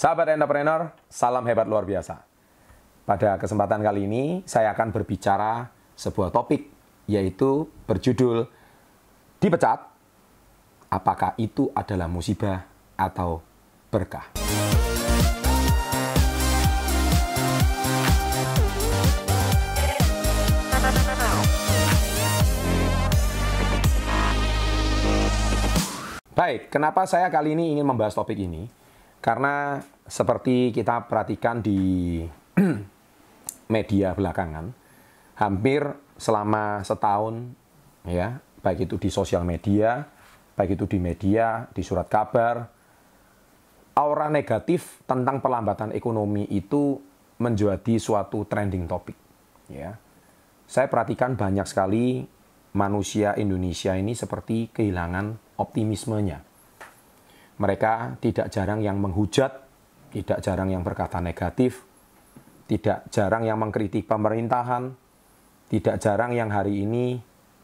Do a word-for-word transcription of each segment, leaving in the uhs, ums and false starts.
Sahabat entrepreneur, salam hebat luar biasa. Pada kesempatan kali ini, saya akan berbicara sebuah topik, yaitu berjudul dipecat, apakah itu adalah musibah atau berkah? Baik, kenapa saya kali ini ingin membahas topik ini? Karena seperti kita perhatikan di media belakangan, hampir selama setahun, ya, baik itu di sosial media, baik itu di media, di surat kabar, aura negatif tentang perlambatan ekonomi itu menjadi suatu trending topik. Ya, saya perhatikan banyak sekali manusia Indonesia ini seperti kehilangan optimismenya. Mereka tidak jarang yang menghujat, tidak jarang yang berkata negatif, tidak jarang yang mengkritik pemerintahan, tidak jarang yang hari ini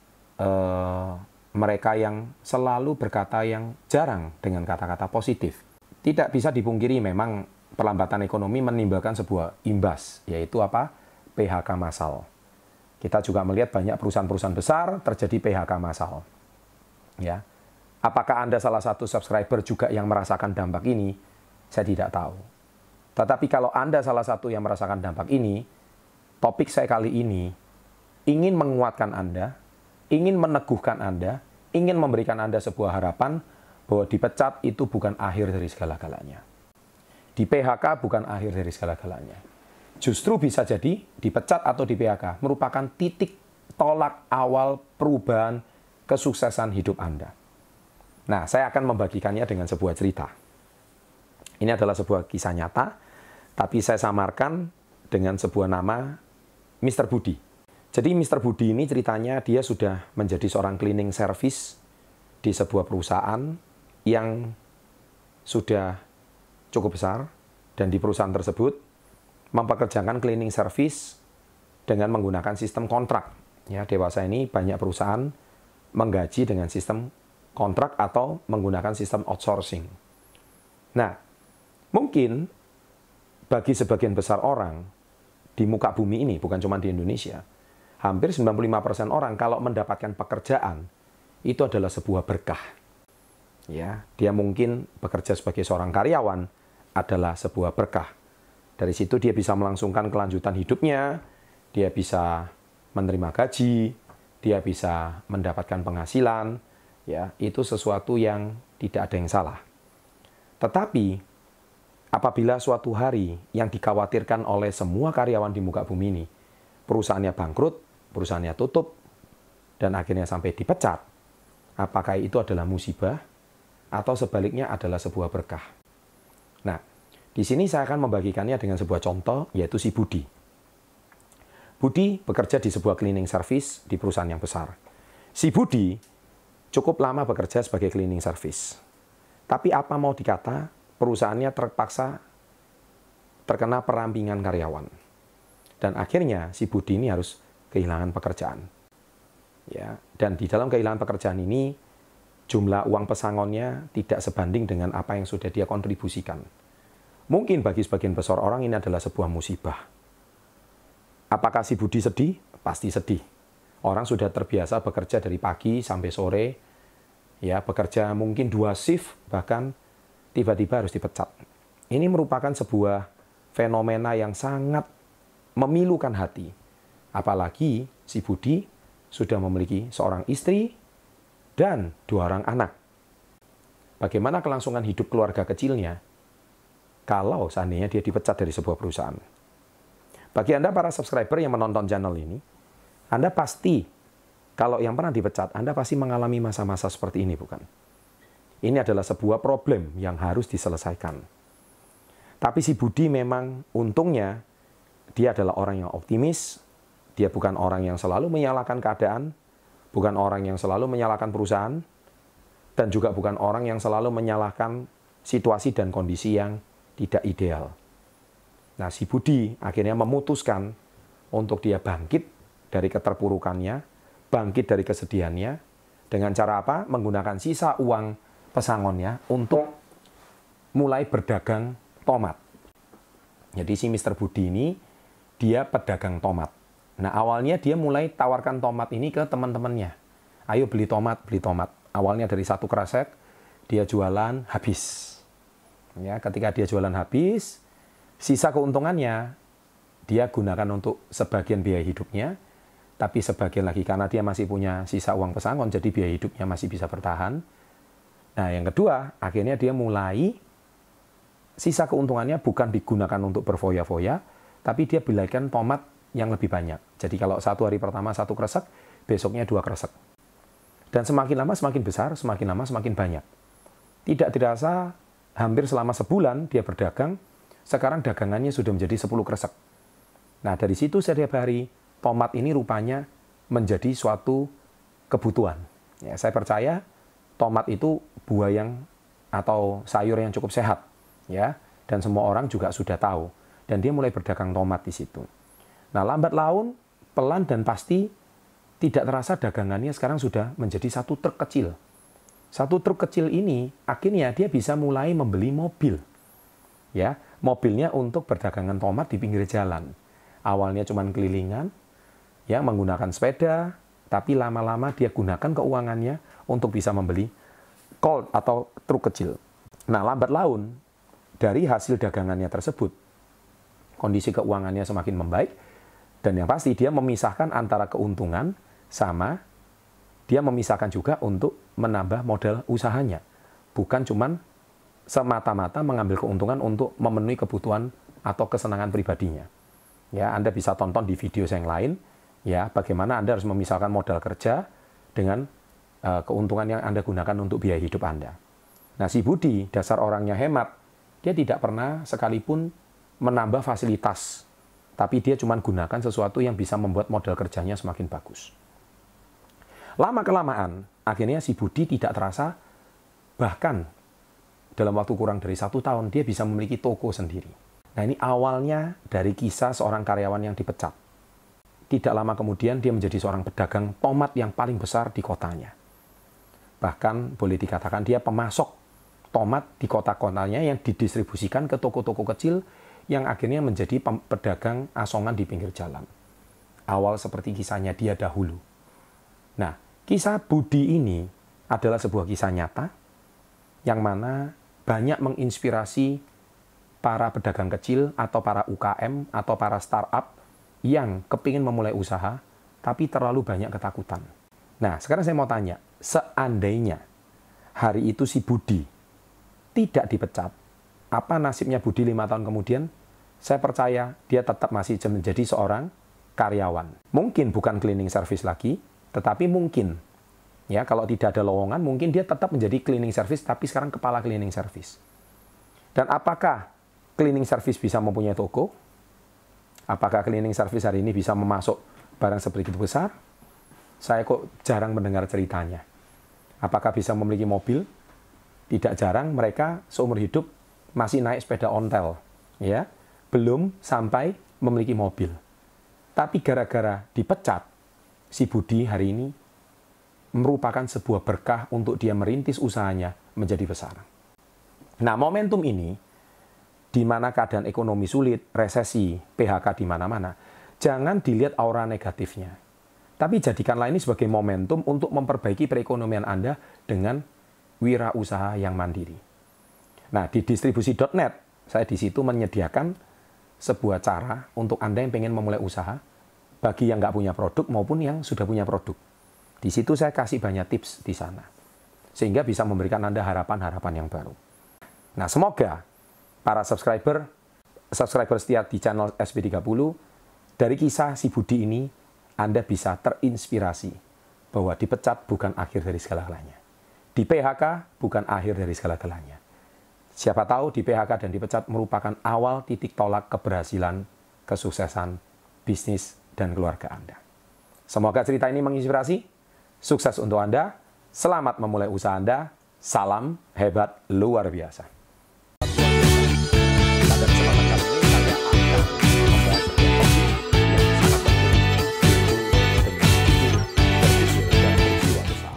eh, mereka yang selalu berkata yang jarang dengan kata-kata positif. Tidak bisa dipungkiri memang perlambatan ekonomi menimbulkan sebuah imbas, yaitu apa? P H K massal. Kita juga melihat banyak perusahaan-perusahaan besar terjadi P H K massal. Ya. Apakah Anda salah satu subscriber juga yang merasakan dampak ini? Saya tidak tahu. Tetapi kalau Anda salah satu yang merasakan dampak ini, topik saya kali ini ingin menguatkan Anda, ingin meneguhkan Anda, ingin memberikan Anda sebuah harapan bahwa dipecat itu bukan akhir dari segala-galanya. Di P H K bukan akhir dari segala-galanya. Justru bisa jadi dipecat atau di P H K merupakan titik tolak awal perubahan kesuksesan hidup Anda. Nah, saya akan membagikannya dengan sebuah cerita. Ini adalah sebuah kisah nyata, tapi saya samarkan dengan sebuah nama mister Budi. Jadi mister Budi ini ceritanya dia sudah menjadi seorang cleaning service di sebuah perusahaan yang sudah cukup besar, dan di perusahaan tersebut mempekerjakan cleaning service dengan menggunakan sistem kontrak. Ya, dewasa ini banyak perusahaan menggaji dengan sistem kontrak atau menggunakan sistem outsourcing. Nah, mungkin bagi sebagian besar orang di muka bumi ini, bukan cuma di Indonesia, hampir sembilan puluh lima persen orang kalau mendapatkan pekerjaan itu adalah sebuah berkah. Ya, dia mungkin bekerja sebagai seorang karyawan adalah sebuah berkah. Dari situ dia bisa melangsungkan kelanjutan hidupnya, dia bisa menerima gaji, dia bisa mendapatkan penghasilan. Ya, itu sesuatu yang tidak ada yang salah. Tetapi apabila suatu hari yang dikhawatirkan oleh semua karyawan di muka bumi ini, perusahaannya bangkrut, perusahaannya tutup, dan akhirnya sampai dipecat, apakah itu adalah musibah atau sebaliknya adalah sebuah berkah? Nah, di sini saya akan membagikannya dengan sebuah contoh, yaitu si Budi. Budi bekerja di sebuah cleaning service di perusahaan yang besar. Si Budi cukup lama bekerja sebagai cleaning service. Tapi apa mau dikata, perusahaannya terpaksa terkena perampingan karyawan. Dan akhirnya si Budi ini harus kehilangan pekerjaan. Ya, dan di dalam kehilangan pekerjaan ini, jumlah uang pesangonnya tidak sebanding dengan apa yang sudah dia kontribusikan. Mungkin bagi sebagian besar orang ini adalah sebuah musibah. Apakah si Budi sedih? Pasti sedih. Orang sudah terbiasa bekerja dari pagi sampai sore, ya, bekerja mungkin dua shift, bahkan tiba-tiba harus dipecat. Ini merupakan sebuah fenomena yang sangat memilukan hati. Apalagi si Budi sudah memiliki seorang istri dan dua orang anak. Bagaimana kelangsungan hidup keluarga kecilnya kalau seandainya dia dipecat dari sebuah perusahaan? Bagi Anda para subscriber yang menonton channel ini, Anda pasti, kalau yang pernah dipecat, Anda pasti mengalami masa-masa seperti ini, bukan? Ini adalah sebuah problem yang harus diselesaikan. Tapi si Budi memang untungnya, dia adalah orang yang optimis, dia bukan orang yang selalu menyalahkan keadaan, bukan orang yang selalu menyalahkan perusahaan, dan juga bukan orang yang selalu menyalahkan situasi dan kondisi yang tidak ideal. Nah, si Budi akhirnya memutuskan untuk dia bangkit dari keterpurukannya, bangkit dari kesedihannya, dengan cara apa? Menggunakan sisa uang pesangonnya untuk mulai berdagang tomat. Jadi si mister Budi ini, dia pedagang tomat. Nah, awalnya dia mulai tawarkan tomat ini ke teman-temannya. Ayo beli tomat, beli tomat. Awalnya dari satu kresek, dia jualan habis. Ya, ketika dia jualan habis, sisa keuntungannya, dia gunakan untuk sebagian biaya hidupnya, tapi sebagian lagi karena dia masih punya sisa uang pesangon, jadi biaya hidupnya masih bisa bertahan. Nah, yang kedua, akhirnya dia mulai sisa keuntungannya bukan digunakan untuk berfoya-foya, tapi dia belikan tomat yang lebih banyak. Jadi kalau satu hari pertama satu kresek, besoknya dua kresek. Dan semakin lama semakin besar, semakin lama semakin banyak. Tidak dirasa hampir selama sebulan dia berdagang, sekarang dagangannya sudah menjadi sepuluh kresek. Nah, dari situ setiap hari, tomat ini rupanya menjadi suatu kebutuhan. Ya, saya percaya tomat itu buah yang atau sayur yang cukup sehat. Ya, dan semua orang juga sudah tahu. Dan dia mulai berdagang tomat di situ. Nah, lambat laun, pelan dan pasti, tidak terasa dagangannya sekarang sudah menjadi satu truk kecil. Satu truk kecil ini, akhirnya dia bisa mulai membeli mobil. Ya, mobilnya untuk berdagangan tomat di pinggir jalan. Awalnya cuma kelilingan, ya, menggunakan sepeda, tapi lama-lama dia gunakan keuangannya untuk bisa membeli colt atau truk kecil. Nah, lambat laun, dari hasil dagangannya tersebut, kondisi keuangannya semakin membaik, dan yang pasti dia memisahkan antara keuntungan sama dia memisahkan juga untuk menambah modal usahanya. Bukan cuman semata-mata mengambil keuntungan untuk memenuhi kebutuhan atau kesenangan pribadinya. Ya, Anda bisa tonton di video yang lain, ya, bagaimana Anda harus memisahkan modal kerja dengan uh, keuntungan yang Anda gunakan untuk biaya hidup Anda. Nah, si Budi, dasar orangnya hemat, dia tidak pernah sekalipun menambah fasilitas, tapi dia cuma gunakan sesuatu yang bisa membuat modal kerjanya semakin bagus. Lama-kelamaan, akhirnya si Budi tidak terasa, bahkan dalam waktu kurang dari satu tahun, dia bisa memiliki toko sendiri. Nah, ini awalnya dari kisah seorang karyawan yang dipecat. Tidak lama kemudian, dia menjadi seorang pedagang tomat yang paling besar di kotanya. Bahkan boleh dikatakan dia pemasok tomat di kota-kotanya yang didistribusikan ke toko-toko kecil yang akhirnya menjadi pedagang asongan di pinggir jalan. Awal seperti kisahnya dia dahulu. Nah, kisah Budi ini adalah sebuah kisah nyata yang mana banyak menginspirasi para pedagang kecil atau para U K M atau para startup yang kepingin memulai usaha tapi terlalu banyak ketakutan. Nah, sekarang saya mau tanya, seandainya hari itu si Budi tidak dipecat, apa nasibnya Budi lima tahun kemudian? Saya percaya dia tetap masih menjadi seorang karyawan. Mungkin bukan cleaning service lagi, tetapi mungkin, ya, kalau tidak ada lowongan, mungkin dia tetap menjadi cleaning service, tapi sekarang kepala cleaning service. Dan apakah cleaning service bisa mempunyai toko? Apakah cleaning service hari ini bisa memasuk barang sebegitu besar? Saya kok jarang mendengar ceritanya. Apakah bisa memiliki mobil? Tidak jarang mereka seumur hidup masih naik sepeda ontel, ya, belum sampai memiliki mobil. Tapi gara-gara dipecat, si Budi hari ini merupakan sebuah berkah untuk dia merintis usahanya menjadi besar. Nah, momentum ini, di mana keadaan ekonomi sulit, resesi, P H K di mana-mana, jangan dilihat aura negatifnya. Tapi jadikanlah ini sebagai momentum untuk memperbaiki perekonomian Anda dengan wirausaha yang mandiri. Nah, di distribusi titik net, saya di situ menyediakan sebuah cara untuk Anda yang pengen memulai usaha, bagi yang nggak punya produk maupun yang sudah punya produk. Di situ saya kasih banyak tips di sana, sehingga bisa memberikan Anda harapan-harapan yang baru. Nah, semoga para subscriber, subscriber setia di channel S B tiga puluh, dari kisah si Budi ini, Anda bisa terinspirasi bahwa dipecat bukan akhir dari segala-galanya. Di P H K bukan akhir dari segala-galanya. Siapa tahu di P H K dan dipecat merupakan awal titik tolak keberhasilan, kesuksesan, bisnis, dan keluarga Anda. Semoga cerita ini menginspirasi. Sukses untuk Anda. Selamat memulai usaha Anda. Salam hebat luar biasa.